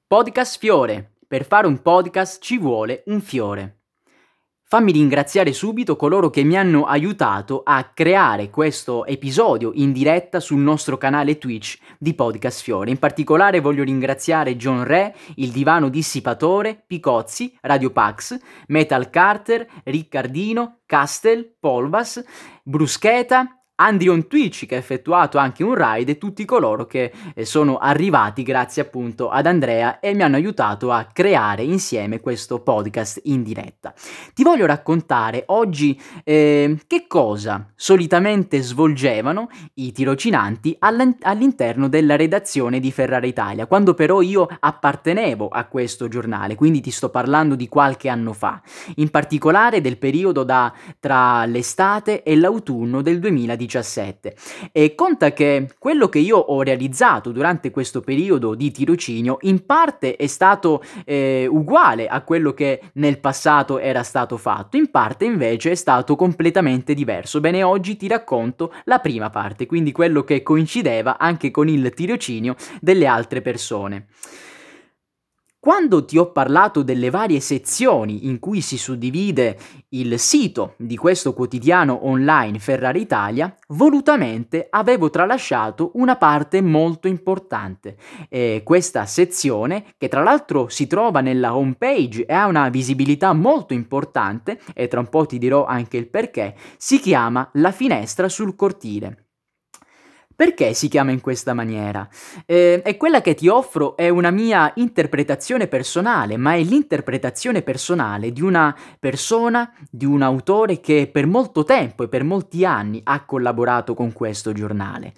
Podcast Fiore. Per fare un podcast ci vuole un fiore. Fammi ringraziare subito coloro che mi hanno aiutato a creare questo episodio in diretta sul nostro canale Twitch di Podcast Fiore. In particolare voglio ringraziare John Re, Il Divano Dissipatore, Picozzi, Radio Pax, Metal Carter, Riccardino, Castel, Polvas, Bruscheta, Andy on Twitch che ha effettuato anche un raid e tutti coloro che sono arrivati grazie appunto ad Andrea e mi hanno aiutato a creare insieme questo podcast in diretta. Ti voglio raccontare oggi che cosa solitamente svolgevano i tirocinanti all'interno della redazione di Ferrara Italia, quando però io appartenevo a questo giornale, quindi ti sto parlando di qualche anno fa, in particolare del periodo tra l'estate e l'autunno del 2017. E conta che quello che io ho realizzato durante questo periodo di tirocinio in parte è stato uguale a quello che nel passato era stato fatto, in parte invece è stato completamente diverso. Bene, oggi ti racconto la prima parte, quindi quello che coincideva anche con il tirocinio delle altre persone. Quando ti ho parlato delle varie sezioni in cui si suddivide il sito di questo quotidiano online Ferrara Italia, volutamente avevo tralasciato una parte molto importante. Questa sezione, che tra l'altro si trova nella home page e ha una visibilità molto importante, e tra un po' ti dirò anche il perché, si chiama La finestra sul cortile. Perché si chiama in questa maniera? E quella che ti offro è una mia interpretazione personale, ma è l'interpretazione personale di una persona, di un autore che per molto tempo e per molti anni ha collaborato con questo giornale.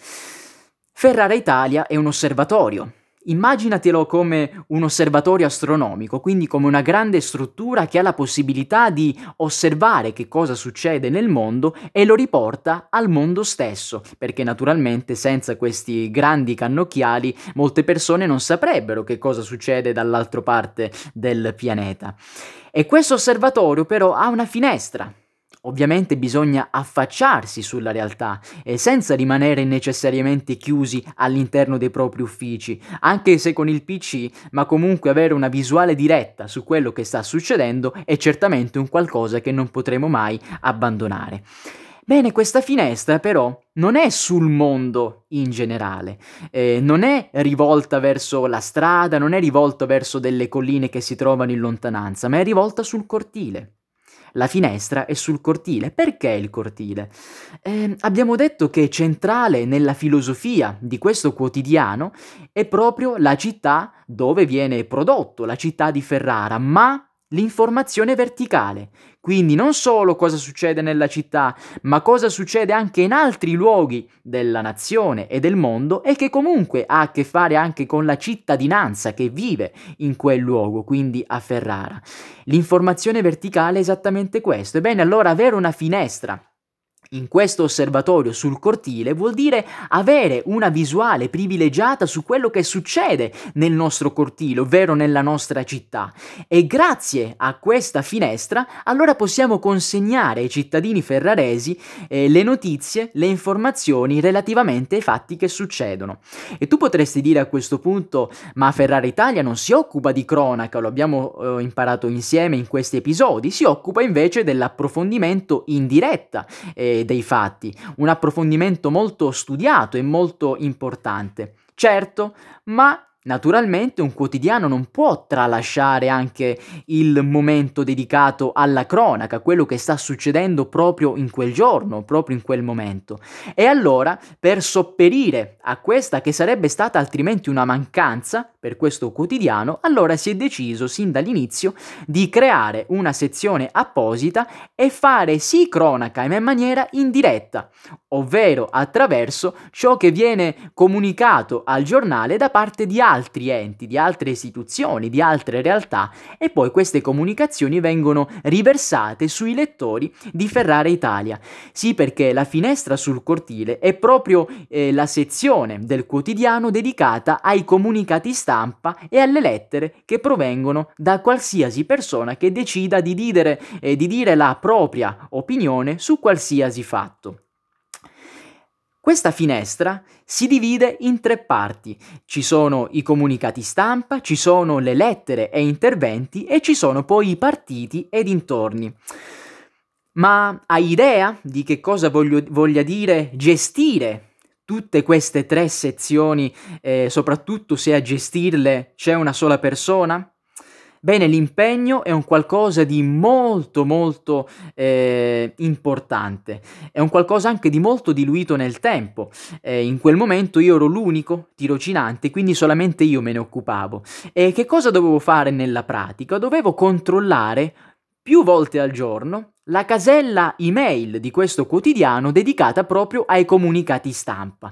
Ferrara Italia è un osservatorio. Immaginatelo come un osservatorio astronomico, quindi come una grande struttura che ha la possibilità di osservare che cosa succede nel mondo e lo riporta al mondo stesso, perché naturalmente senza questi grandi cannocchiali molte persone non saprebbero che cosa succede dall'altra parte del pianeta. E questo osservatorio però ha una finestra. Ovviamente bisogna affacciarsi sulla realtà e senza rimanere necessariamente chiusi all'interno dei propri uffici, anche se con il PC, ma comunque avere una visuale diretta su quello che sta succedendo è certamente un qualcosa che non potremo mai abbandonare. Bene, questa finestra però non è sul mondo in generale, non è rivolta verso la strada, non è rivolta verso delle colline che si trovano in lontananza, ma è rivolta sul cortile. La finestra è sul cortile. Perché il cortile? Abbiamo detto che centrale nella filosofia di questo quotidiano è proprio la città dove viene prodotto, la città di Ferrara, ma l'informazione verticale. Quindi non solo cosa succede nella città, ma cosa succede anche in altri luoghi della nazione e del mondo e che comunque ha a che fare anche con la cittadinanza che vive in quel luogo, quindi a Ferrara. L'informazione verticale è esattamente questo. Ebbene, allora avere una finestra in questo osservatorio sul cortile vuol dire avere una visuale privilegiata su quello che succede nel nostro cortile, ovvero nella nostra città. E grazie a questa finestra allora possiamo consegnare ai cittadini ferraresi le notizie, le informazioni relativamente ai fatti che succedono. E tu potresti dire a questo punto, ma Ferrara Italia non si occupa di cronaca, lo abbiamo imparato insieme in questi episodi, si occupa invece dell'approfondimento in diretta dei fatti, un approfondimento molto studiato e molto importante. Certo, ma naturalmente un quotidiano non può tralasciare anche il momento dedicato alla cronaca, quello che sta succedendo proprio in quel giorno, proprio in quel momento. E allora, per sopperire a questa che sarebbe stata altrimenti una mancanza per questo quotidiano, allora si è deciso sin dall'inizio di creare una sezione apposita e fare sì cronaca, ma in maniera indiretta, ovvero attraverso ciò che viene comunicato al giornale da parte di altri enti, di altre istituzioni, di altre realtà e poi queste comunicazioni vengono riversate sui lettori di Ferrara Italia. Sì, perché la finestra sul cortile è proprio la sezione del quotidiano dedicata ai comunicati stampa e alle lettere che provengono da qualsiasi persona che decida di dire la propria opinione su qualsiasi fatto. Questa finestra si divide in 3 parti. Ci sono i comunicati stampa, ci sono le lettere e interventi e ci sono poi i partiti e dintorni. Ma hai idea di che cosa voglia dire gestire tutte queste 3 sezioni, soprattutto se a gestirle c'è una sola persona? Bene, l'impegno è un qualcosa di molto, molto, importante. È un qualcosa anche di molto diluito nel tempo. In quel momento io ero l'unico tirocinante, quindi solamente io me ne occupavo. E che cosa dovevo fare nella pratica? Dovevo controllare più volte al giorno la casella email di questo quotidiano dedicata proprio ai comunicati stampa,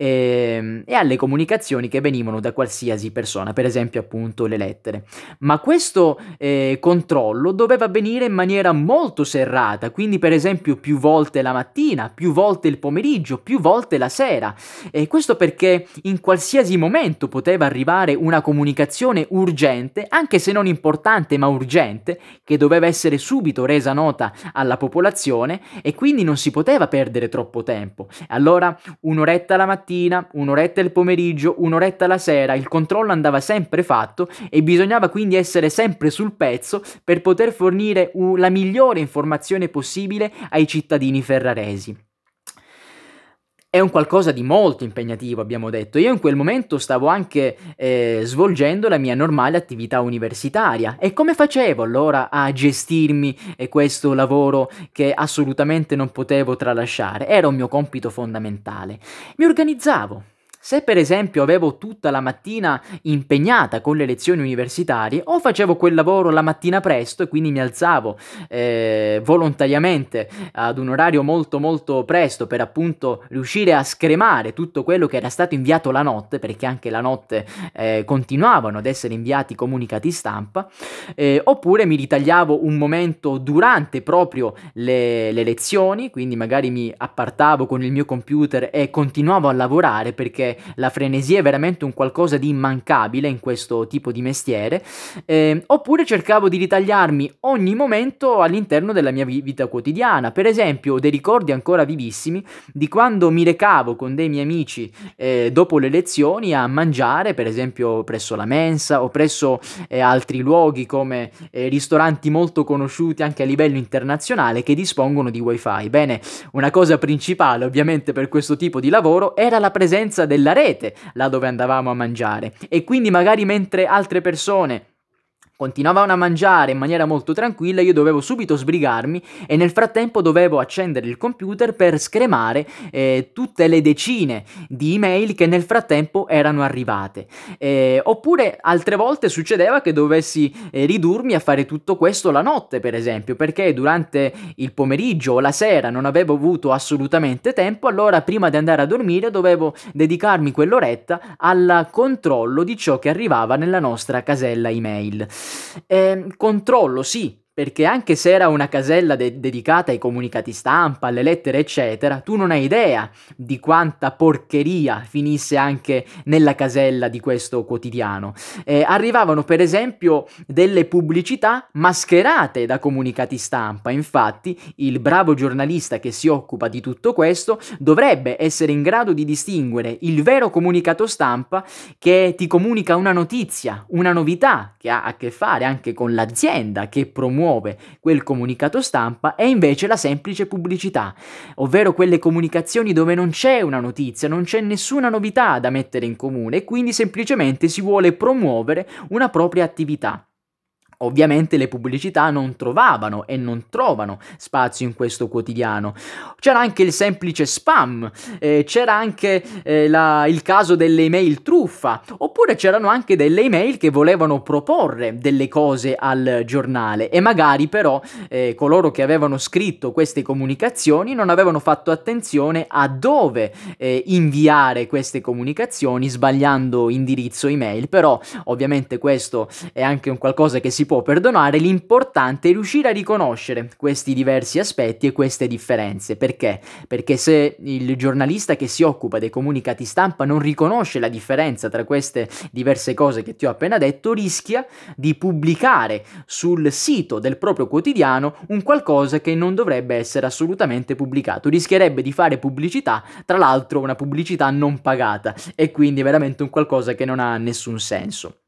e alle comunicazioni che venivano da qualsiasi persona, per esempio appunto le lettere. Ma questo controllo doveva avvenire in maniera molto serrata, quindi per esempio più volte la mattina, più volte il pomeriggio, più volte la sera. E questo perché in qualsiasi momento poteva arrivare una comunicazione urgente, anche se non importante ma urgente, che doveva essere subito resa nota alla popolazione e quindi non si poteva perdere troppo tempo. Allora un'oretta la mattina, un'oretta il pomeriggio, un'oretta la sera, il controllo andava sempre fatto e bisognava quindi essere sempre sul pezzo per poter fornire la migliore informazione possibile ai cittadini ferraresi. È un qualcosa di molto impegnativo, abbiamo detto. Io in quel momento stavo anche svolgendo la mia normale attività universitaria. E come facevo allora a gestirmi questo lavoro che assolutamente non potevo tralasciare? Era un mio compito fondamentale. Mi organizzavo. Se per esempio avevo tutta la mattina impegnata con le lezioni universitarie, o facevo quel lavoro la mattina presto e quindi mi alzavo volontariamente ad un orario molto molto presto per appunto riuscire a scremare tutto quello che era stato inviato la notte, perché anche la notte continuavano ad essere inviati comunicati stampa, oppure mi ritagliavo un momento durante proprio le lezioni, quindi magari mi appartavo con il mio computer e continuavo a lavorare perché la frenesia è veramente un qualcosa di immancabile in questo tipo di mestiere, oppure cercavo di ritagliarmi ogni momento all'interno della mia vita quotidiana. Per esempio, ho dei ricordi ancora vivissimi di quando mi recavo con dei miei amici dopo le lezioni a mangiare, per esempio presso la mensa o presso altri luoghi come ristoranti molto conosciuti anche a livello internazionale che dispongono di wifi. Bene, una cosa principale ovviamente per questo tipo di lavoro era la presenza della rete là dove andavamo a mangiare, e quindi magari mentre altre persone continuavano a mangiare in maniera molto tranquilla, io dovevo subito sbrigarmi e nel frattempo dovevo accendere il computer per scremare tutte le decine di email che nel frattempo erano arrivate. Oppure altre volte succedeva che dovessi ridurmi a fare tutto questo la notte, per esempio, perché durante il pomeriggio o la sera non avevo avuto assolutamente tempo, allora prima di andare a dormire dovevo dedicarmi quell'oretta al controllo di ciò che arrivava nella nostra casella email. Controllo sì, perché anche se era una casella dedicata ai comunicati stampa, alle lettere eccetera, tu non hai idea di quanta porcheria finisse anche nella casella di questo quotidiano. Arrivavano per esempio delle pubblicità mascherate da comunicati stampa. Infatti il bravo giornalista che si occupa di tutto questo dovrebbe essere in grado di distinguere il vero comunicato stampa che ti comunica una notizia, una novità che ha a che fare anche con l'azienda che promuove quel comunicato stampa, e invece la semplice pubblicità, ovvero quelle comunicazioni dove non c'è una notizia, non c'è nessuna novità da mettere in comune e quindi semplicemente si vuole promuovere una propria attività. Ovviamente le pubblicità non trovavano e non trovano spazio in questo quotidiano. C'era anche il semplice spam, c'era anche il caso delle email truffa, oppure c'erano anche delle email che volevano proporre delle cose al giornale e magari però coloro che avevano scritto queste comunicazioni non avevano fatto attenzione a dove inviare queste comunicazioni sbagliando indirizzo email, però ovviamente questo è anche un qualcosa che si può perdonare, l'importante è riuscire a riconoscere questi diversi aspetti e queste differenze. Perché? Perché se il giornalista che si occupa dei comunicati stampa non riconosce la differenza tra queste diverse cose che ti ho appena detto, rischia di pubblicare sul sito del proprio quotidiano un qualcosa che non dovrebbe essere assolutamente pubblicato. Rischierebbe di fare pubblicità, tra l'altro una pubblicità non pagata, e quindi veramente un qualcosa che non ha nessun senso.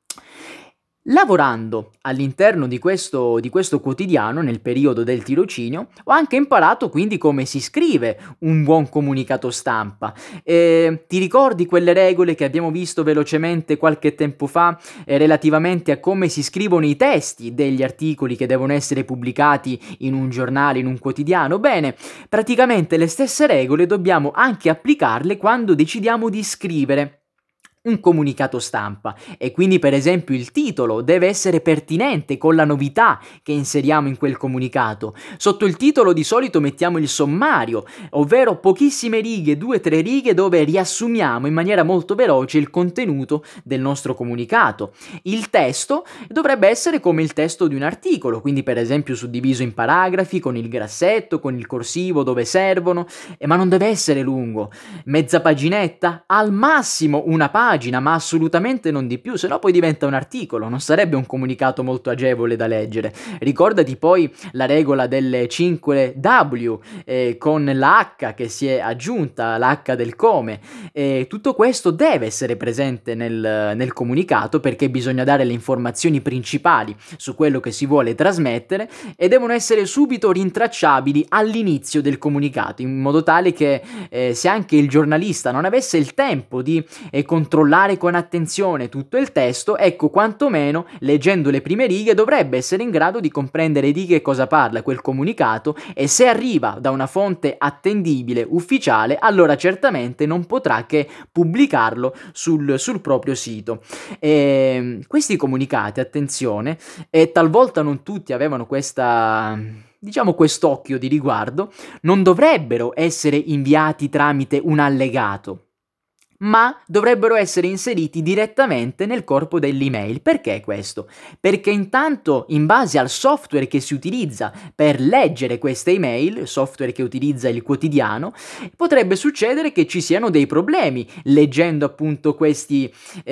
Lavorando all'interno di questo quotidiano nel periodo del tirocinio, ho anche imparato quindi come si scrive un buon comunicato stampa. Ti ricordi quelle regole che abbiamo visto velocemente qualche tempo fa relativamente a come si scrivono i testi degli articoli che devono essere pubblicati in un giornale, in un quotidiano? Bene, praticamente le stesse regole dobbiamo anche applicarle quando decidiamo di scrivere un comunicato stampa, e quindi per esempio il titolo deve essere pertinente con la novità che inseriamo in quel comunicato. Sotto il titolo di solito mettiamo il sommario, ovvero pochissime righe, 2-3 righe dove riassumiamo in maniera molto veloce il contenuto del nostro comunicato. Il testo dovrebbe essere come il testo di un articolo, quindi per esempio suddiviso in paragrafi, con il grassetto, con il corsivo dove servono, ma non deve essere lungo. Mezza paginetta, al massimo una pagina, ma assolutamente non di più, se no poi diventa un articolo, non sarebbe un comunicato molto agevole da leggere. Ricordati poi la regola delle 5 W, con la H che si è aggiunta, la H del come. Tutto questo deve essere presente nel comunicato, perché bisogna dare le informazioni principali su quello che si vuole trasmettere e devono essere subito rintracciabili all'inizio del comunicato, in modo tale che se anche il giornalista non avesse il tempo di controllare con attenzione tutto il testo, ecco, quantomeno leggendo le prime righe dovrebbe essere in grado di comprendere di che cosa parla quel comunicato, e se arriva da una fonte attendibile, ufficiale, allora certamente non potrà che pubblicarlo sul proprio sito. Questi comunicati, attenzione, e talvolta non tutti avevano quest'occhio di riguardo, non dovrebbero essere inviati tramite un allegato, ma dovrebbero essere inseriti direttamente nel corpo dell'email. Perché questo? Perché intanto, in base al software che si utilizza per leggere queste email, software che utilizza il quotidiano, potrebbe succedere che ci siano dei problemi leggendo appunto questi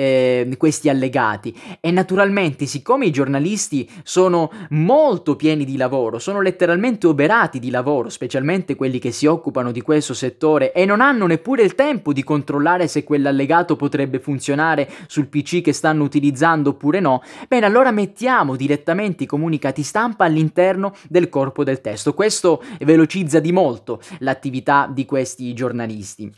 allegati. E naturalmente, siccome i giornalisti sono molto pieni di lavoro, sono letteralmente oberati di lavoro, specialmente quelli che si occupano di questo settore, e non hanno neppure il tempo di controllare se quell'allegato potrebbe funzionare sul PC che stanno utilizzando oppure no, bene, allora mettiamo direttamente i comunicati stampa all'interno del corpo del testo. Questo velocizza di molto l'attività di questi giornalisti.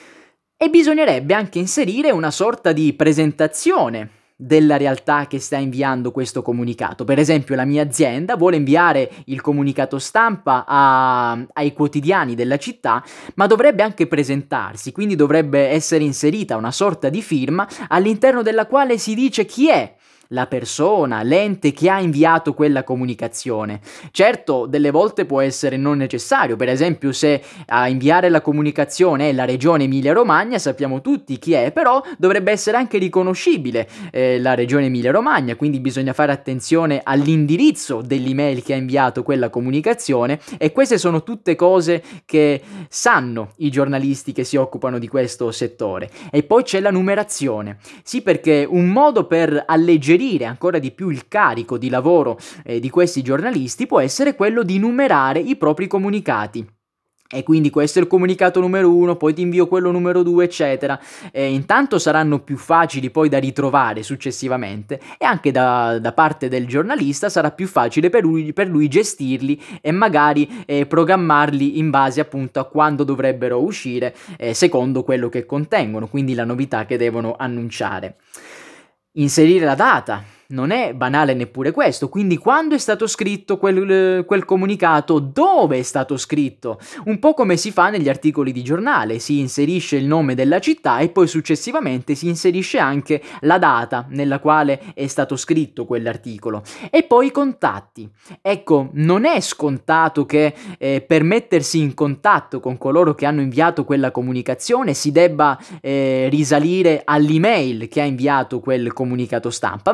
E bisognerebbe anche inserire una sorta di presentazione della realtà che sta inviando questo comunicato. Per esempio, la mia azienda vuole inviare il comunicato stampa ai quotidiani della città, ma dovrebbe anche presentarsi, quindi dovrebbe essere inserita una sorta di firma all'interno della quale si dice chi è la persona, l'ente che ha inviato quella comunicazione. Certo, delle volte può essere non necessario, per esempio se a inviare la comunicazione è la regione Emilia-Romagna, sappiamo tutti chi è, però dovrebbe essere anche riconoscibile la regione Emilia-Romagna, quindi bisogna fare attenzione all'indirizzo dell'email che ha inviato quella comunicazione, e queste sono tutte cose che sanno i giornalisti che si occupano di questo settore. E poi c'è la numerazione. Sì, perché un modo per alleggerire ancora di più il carico di lavoro di questi giornalisti può essere quello di numerare i propri comunicati. E quindi questo è il comunicato numero 1, poi ti invio quello numero 2, eccetera. Intanto saranno più facili poi da ritrovare successivamente, e anche da parte del giornalista sarà più facile per lui gestirli e magari programmarli in base appunto a quando dovrebbero uscire, secondo quello che contengono, quindi la novità che devono annunciare. Inserire la data. Non è banale neppure questo, quindi quando è stato scritto quel comunicato, dove è stato scritto, un po' come si fa negli articoli di giornale, si inserisce il nome della città e poi successivamente si inserisce anche la data nella quale è stato scritto quell'articolo. E poi i contatti. Ecco, non è scontato che per mettersi in contatto con coloro che hanno inviato quella comunicazione si debba risalire all'email che ha inviato quel comunicato stampa, magari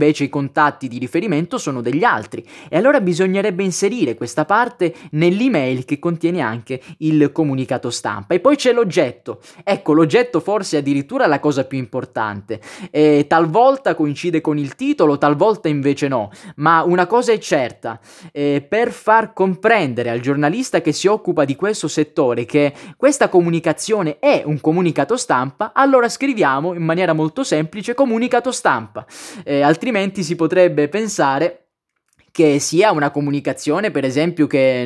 invece i contatti di riferimento sono degli altri, e allora bisognerebbe inserire questa parte nell'email che contiene anche il comunicato stampa. E poi c'è l'oggetto. Ecco, l'oggetto forse è addirittura la cosa più importante. Talvolta coincide con il titolo, talvolta invece no, ma una cosa è certa: per far comprendere al giornalista che si occupa di questo settore che questa comunicazione è un comunicato stampa, allora scriviamo in maniera molto semplice comunicato stampa. Altrimenti si potrebbe pensare che sia una comunicazione, per esempio, che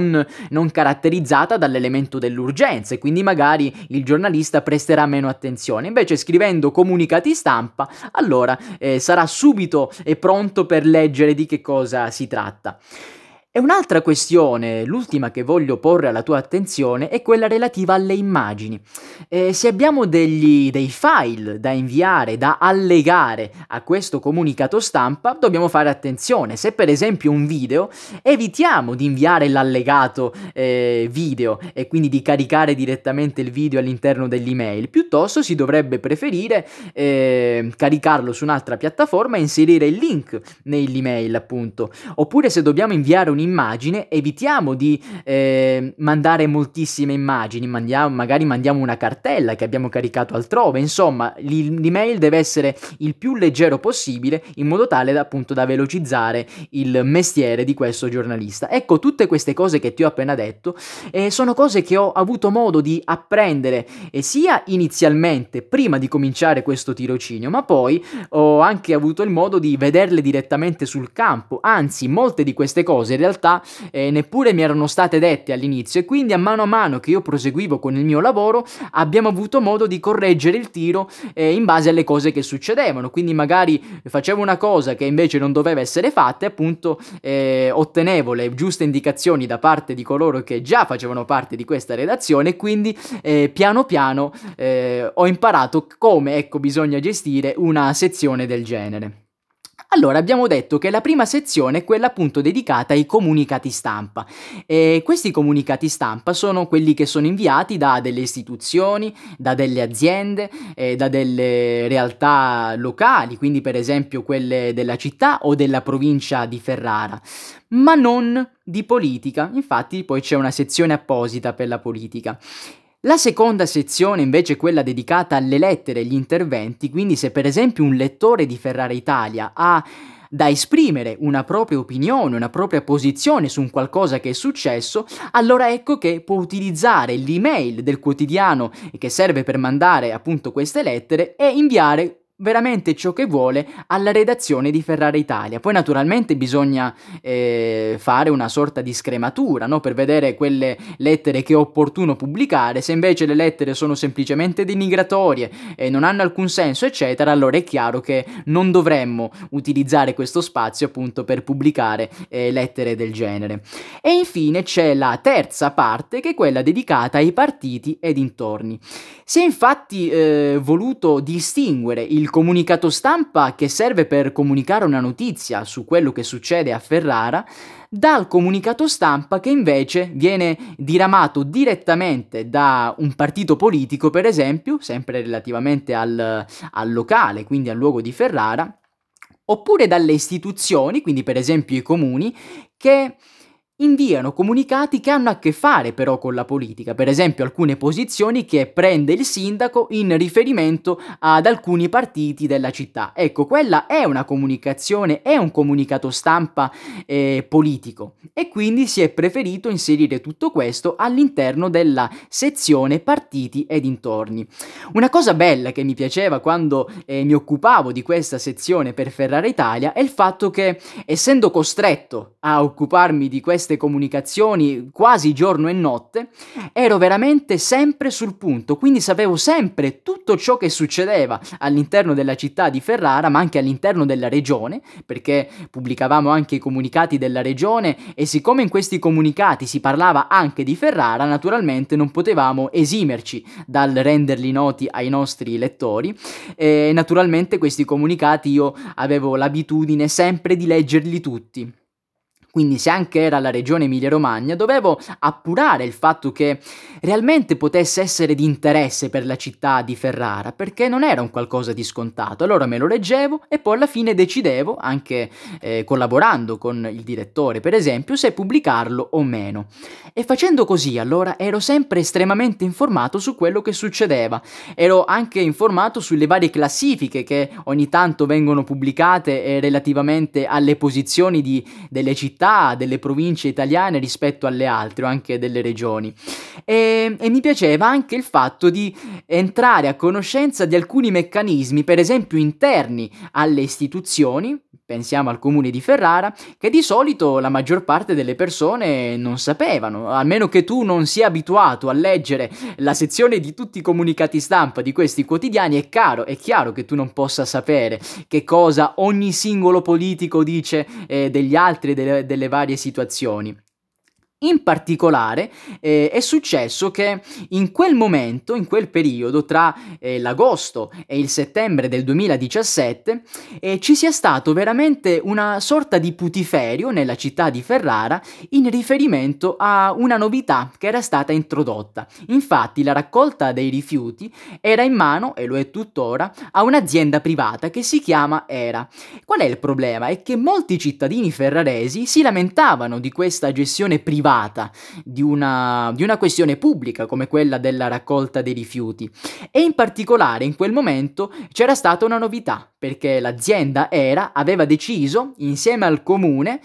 non caratterizzata dall'elemento dell'urgenza, e quindi magari il giornalista presterà meno attenzione. Invece scrivendo comunicati stampa, allora sarà subito e pronto per leggere di che cosa si tratta. E un'altra questione, l'ultima che voglio porre alla tua attenzione, è quella relativa alle immagini. Se abbiamo dei file da inviare, da allegare a questo comunicato stampa, dobbiamo fare attenzione. Se per esempio un video, evitiamo di inviare l'allegato video e quindi di caricare direttamente il video all'interno dell'email. Piuttosto si dovrebbe preferire caricarlo su un'altra piattaforma e inserire il link nell'email, appunto. Oppure se dobbiamo inviare un'immagine, evitiamo di mandare moltissime immagini, magari mandiamo una cartella che abbiamo caricato altrove. Insomma, l'email deve essere il più leggero possibile, in modo tale appunto da velocizzare il mestiere di questo giornalista. Ecco, tutte queste cose che ti ho appena detto sono cose che ho avuto modo di apprendere sia inizialmente prima di cominciare questo tirocinio, ma poi ho anche avuto il modo di vederle direttamente sul campo. Anzi, molte di queste cose in realtà neppure mi erano state dette all'inizio, e quindi a mano che io proseguivo con il mio lavoro abbiamo avuto modo di correggere il tiro in base alle cose che succedevano. Quindi magari facevo una cosa che invece non doveva essere fatta e appunto ottenevo le giuste indicazioni da parte di coloro che già facevano parte di questa redazione, e quindi piano piano ho imparato come, ecco, bisogna gestire una sezione del genere. Allora, abbiamo detto che la prima sezione è quella appunto dedicata ai comunicati stampa. E questi comunicati stampa sono quelli che sono inviati da delle istituzioni, da delle aziende, da delle realtà locali, quindi per esempio quelle della città o della provincia di Ferrara, ma non di politica. Infatti poi c'è una sezione apposita per la politica. La seconda sezione invece è quella dedicata alle lettere e agli interventi, quindi se per esempio un lettore di Ferrara Italia ha da esprimere una propria opinione, una propria posizione su un qualcosa che è successo, allora ecco che può utilizzare l'email del quotidiano che serve per mandare appunto queste lettere e inviare veramente ciò che vuole alla redazione di Ferrara Italia. Poi naturalmente bisogna fare una sorta di scrematura, no? Per vedere quelle lettere che è opportuno pubblicare. Se invece le lettere sono semplicemente denigratorie e non hanno alcun senso, eccetera, allora è chiaro che non dovremmo utilizzare questo spazio appunto per pubblicare lettere del genere. E infine c'è la terza parte, che è quella dedicata ai partiti e dintorni. Si è infatti voluto distinguere il comunicato stampa che serve per comunicare una notizia su quello che succede a Ferrara dal comunicato stampa che invece viene diramato direttamente da un partito politico, per esempio, sempre relativamente al locale, quindi al luogo di Ferrara, oppure dalle istituzioni, quindi per esempio i comuni, che inviano comunicati che hanno a che fare però con la politica, per esempio alcune posizioni che prende il sindaco in riferimento ad alcuni partiti della città. Ecco, quella è una comunicazione, è un comunicato stampa politico, e quindi si è preferito inserire tutto questo all'interno della sezione partiti e dintorni. Una cosa bella che mi piaceva quando mi occupavo di questa sezione per Ferrara Italia è il fatto che, essendo costretto a occuparmi di queste comunicazioni quasi giorno e notte, ero veramente sempre sul punto, quindi sapevo sempre tutto ciò che succedeva all'interno della città di Ferrara, ma anche all'interno della regione, perché pubblicavamo anche i comunicati della regione, e siccome in questi comunicati si parlava anche di Ferrara, naturalmente non potevamo esimerci dal renderli noti ai nostri lettori, e naturalmente questi comunicati io avevo l'abitudine sempre di leggerli tutti. Quindi se anche era la regione Emilia-Romagna, dovevo appurare il fatto che realmente potesse essere di interesse per la città di Ferrara, perché non era un qualcosa di scontato. Allora me lo leggevo e poi alla fine decidevo, anche collaborando con il direttore per esempio, se pubblicarlo o meno. E facendo così allora ero sempre estremamente informato su quello che succedeva. Ero anche informato sulle varie classifiche che ogni tanto vengono pubblicate relativamente alle posizioni delle città, delle province italiane rispetto alle altre o anche delle regioni. E mi piaceva anche il fatto di entrare a conoscenza di alcuni meccanismi, per esempio interni alle istituzioni, pensiamo al comune di Ferrara, che di solito la maggior parte delle persone non sapevano, almeno che tu non sia abituato a leggere la sezione di tutti i comunicati stampa di questi quotidiani. È chiaro che tu non possa sapere che cosa ogni singolo politico dice degli altri e delle varie situazioni. In particolare è successo che in quel momento, in quel periodo, tra l'agosto e il settembre del 2017, ci sia stato veramente una sorta di putiferio nella città di Ferrara in riferimento a una novità che era stata introdotta. Infatti la raccolta dei rifiuti era in mano, e lo è tuttora, a un'azienda privata che si chiama Era. Qual è il problema? È che molti cittadini ferraresi si lamentavano di questa gestione privata di una questione pubblica come quella della raccolta dei rifiuti, e in particolare in quel momento c'era stata una novità, perché l'azienda Era aveva deciso insieme al comune,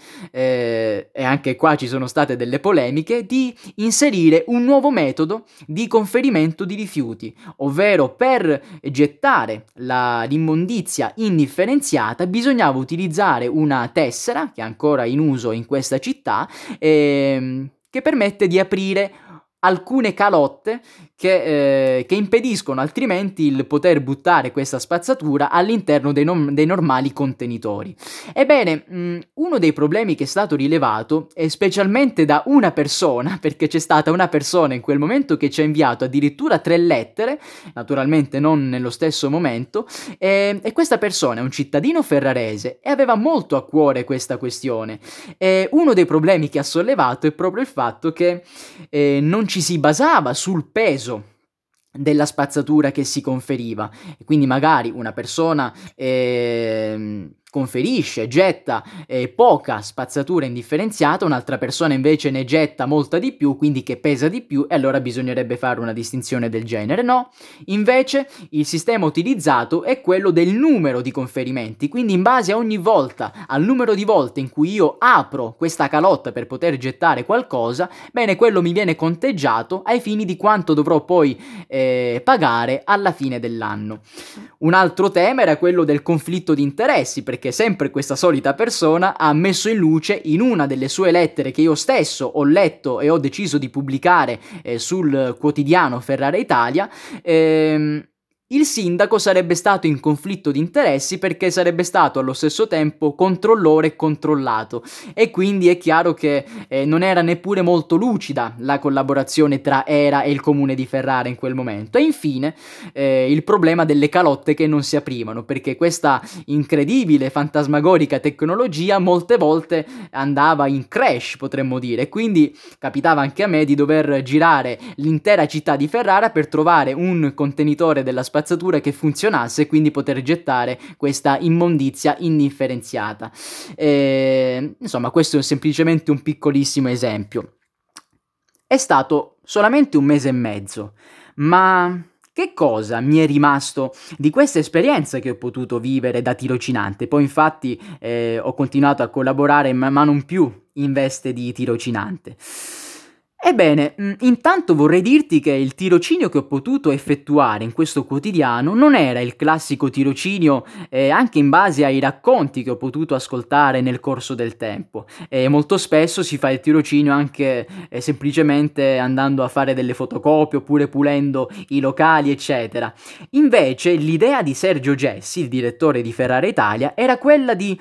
e anche qua ci sono state delle polemiche, di inserire un nuovo metodo di conferimento di rifiuti, ovvero per gettare l'immondizia indifferenziata bisognava utilizzare una tessera che è ancora in uso in questa città, che permette di aprire alcune calotte che impediscono altrimenti il poter buttare questa spazzatura all'interno dei normali contenitori. Ebbene, uno dei problemi che è stato rilevato è specialmente da una persona, perché c'è stata una persona in quel momento che ci ha inviato addirittura 3 lettere, naturalmente non nello stesso momento, e questa persona è un cittadino ferrarese e aveva molto a cuore questa questione. E uno dei problemi che ha sollevato è proprio il fatto che non ci si basava sul peso della spazzatura che si conferiva, e quindi magari una persona conferisce, getta poca spazzatura indifferenziata, un'altra persona invece ne getta molta di più, quindi che pesa di più, e allora bisognerebbe fare una distinzione del genere. No, invece il sistema utilizzato è quello del numero di conferimenti, quindi in base a ogni volta, al numero di volte in cui io apro questa calotta per poter gettare qualcosa, bene, quello mi viene conteggiato ai fini di quanto dovrò poi pagare alla fine dell'anno. Un altro tema era quello del conflitto di interessi, perché sempre questa solita persona ha messo in luce in una delle sue lettere che io stesso ho letto e ho deciso di pubblicare sul quotidiano Ferrara Italia. Il sindaco sarebbe stato in conflitto di interessi perché sarebbe stato allo stesso tempo controllore e controllato, e quindi è chiaro che non era neppure molto lucida la collaborazione tra Era e il comune di Ferrara in quel momento. E infine il problema delle calotte che non si aprivano, perché questa incredibile fantasmagorica tecnologia molte volte andava in crash, potremmo dire, e quindi capitava anche a me di dover girare l'intera città di Ferrara per trovare un contenitore della spazzatura che funzionasse e quindi poter gettare questa immondizia indifferenziata. Insomma, questo è semplicemente un piccolissimo esempio. È stato solamente 1 mese e mezzo, ma che cosa mi è rimasto di questa esperienza che ho potuto vivere da tirocinante? Poi infatti ho continuato a collaborare ma non più in veste di tirocinante. Ebbene, intanto vorrei dirti che il tirocinio che ho potuto effettuare in questo quotidiano non era il classico tirocinio anche in base ai racconti che ho potuto ascoltare nel corso del tempo. Molto spesso si fa il tirocinio anche semplicemente andando a fare delle fotocopie oppure pulendo i locali, eccetera. Invece l'idea di Sergio Gessi, il direttore di Ferrara Italia, era quella di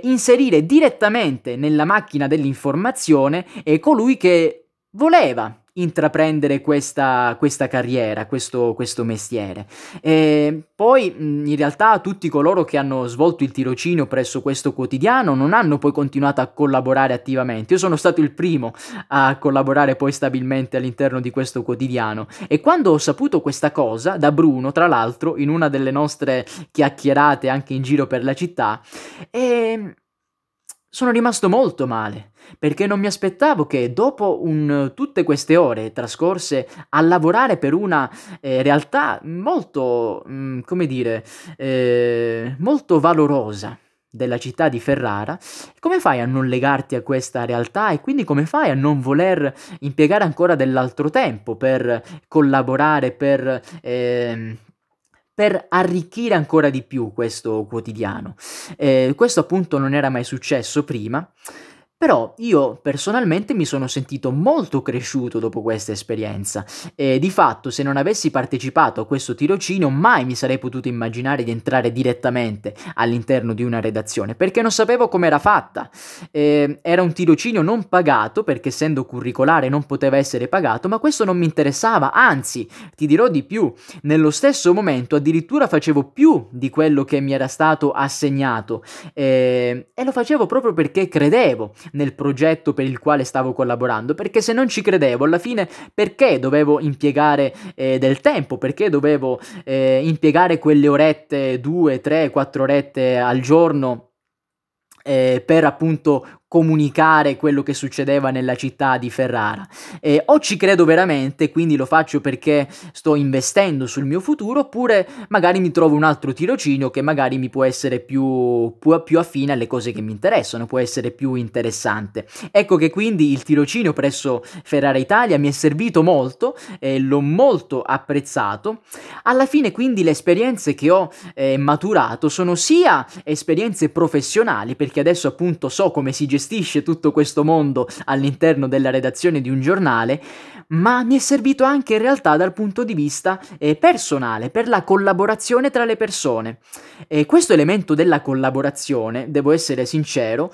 inserire direttamente nella macchina dell'informazione colui che voleva intraprendere questa carriera, questo mestiere. E poi in realtà tutti coloro che hanno svolto il tirocinio presso questo quotidiano non hanno poi continuato a collaborare attivamente. Io sono stato il primo a collaborare poi stabilmente all'interno di questo quotidiano, e quando ho saputo questa cosa da Bruno, tra l'altro, in una delle nostre chiacchierate anche in giro per la città, sono rimasto molto male, perché non mi aspettavo che dopo tutte queste ore trascorse a lavorare per una realtà molto, come dire, molto valorosa della città di Ferrara, come fai a non legarti a questa realtà e quindi come fai a non voler impiegare ancora dell'altro tempo per collaborare, per arricchire ancora di più questo quotidiano. Questo appunto non era mai successo prima, però io personalmente mi sono sentito molto cresciuto dopo questa esperienza, e di fatto se non avessi partecipato a questo tirocinio mai mi sarei potuto immaginare di entrare direttamente all'interno di una redazione, perché non sapevo com'era fatta. Era un tirocinio non pagato, perché essendo curricolare non poteva essere pagato, ma questo non mi interessava, anzi, ti dirò di più, nello stesso momento addirittura facevo più di quello che mi era stato assegnato, e lo facevo proprio perché credevo nel progetto per il quale stavo collaborando, perché se non ci credevo alla fine perché dovevo impiegare del tempo, perché dovevo impiegare quelle orette, 2, 3, 4 orette al giorno per appunto comunicare quello che succedeva nella città di Ferrara. O ci credo veramente, quindi lo faccio perché sto investendo sul mio futuro, oppure magari mi trovo un altro tirocinio che magari mi può essere più affine alle cose che mi interessano, può essere più interessante. Ecco che quindi il tirocinio presso Ferrara Italia mi è servito molto e l'ho molto apprezzato. Alla fine quindi le esperienze che ho maturato sono sia esperienze professionali, perché adesso appunto so come si gestisce tutto questo mondo all'interno della redazione di un giornale, ma mi è servito anche in realtà dal punto di vista personale, per la collaborazione tra le persone. E questo elemento della collaborazione, devo essere sincero,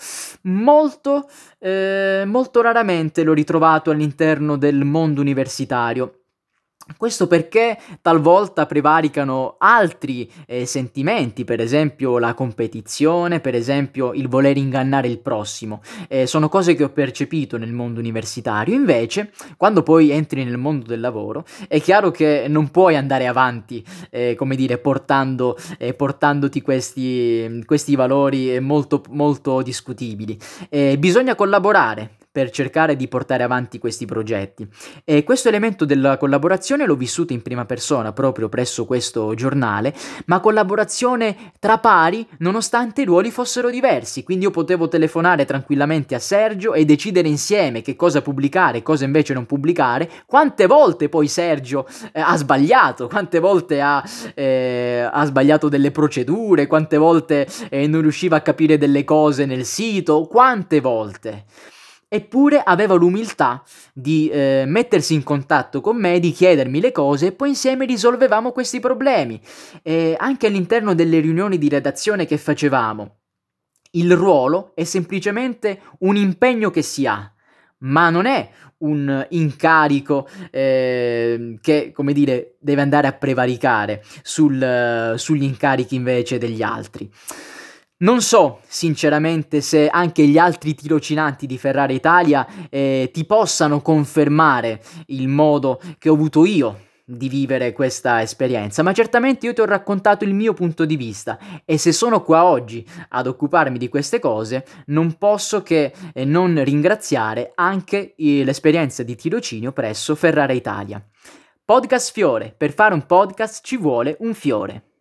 molto raramente l'ho ritrovato all'interno del mondo universitario. Questo perché talvolta prevaricano altri sentimenti, per esempio la competizione, per esempio il voler ingannare il prossimo. Sono cose che ho percepito nel mondo universitario. Invece, quando poi entri nel mondo del lavoro, è chiaro che non puoi andare avanti, come dire, portandoti questi valori molto, molto discutibili. Bisogna collaborare per cercare di portare avanti questi progetti. E questo elemento della collaborazione l'ho vissuto in prima persona proprio presso questo giornale, ma collaborazione tra pari nonostante i ruoli fossero diversi, quindi io potevo telefonare tranquillamente a Sergio e decidere insieme che cosa pubblicare e cosa invece non pubblicare. Quante volte poi Sergio ha sbagliato, quante volte ha sbagliato delle procedure, quante volte non riusciva a capire delle cose nel sito, quante volte. Eppure aveva l'umiltà di mettersi in contatto con me, di chiedermi le cose e poi insieme risolvevamo questi problemi. Anche all'interno delle riunioni di redazione che facevamo, il ruolo è semplicemente un impegno che si ha, ma non è un incarico che, come dire, deve andare a prevaricare sugli incarichi invece degli altri. Non so sinceramente se anche gli altri tirocinanti di Ferrara Italia ti possano confermare il modo che ho avuto io di vivere questa esperienza, ma certamente io ti ho raccontato il mio punto di vista, e se sono qua oggi ad occuparmi di queste cose non posso che non ringraziare anche l'esperienza di tirocinio presso Ferrara Italia. Podcast Fiore: per fare un podcast ci vuole un fiore.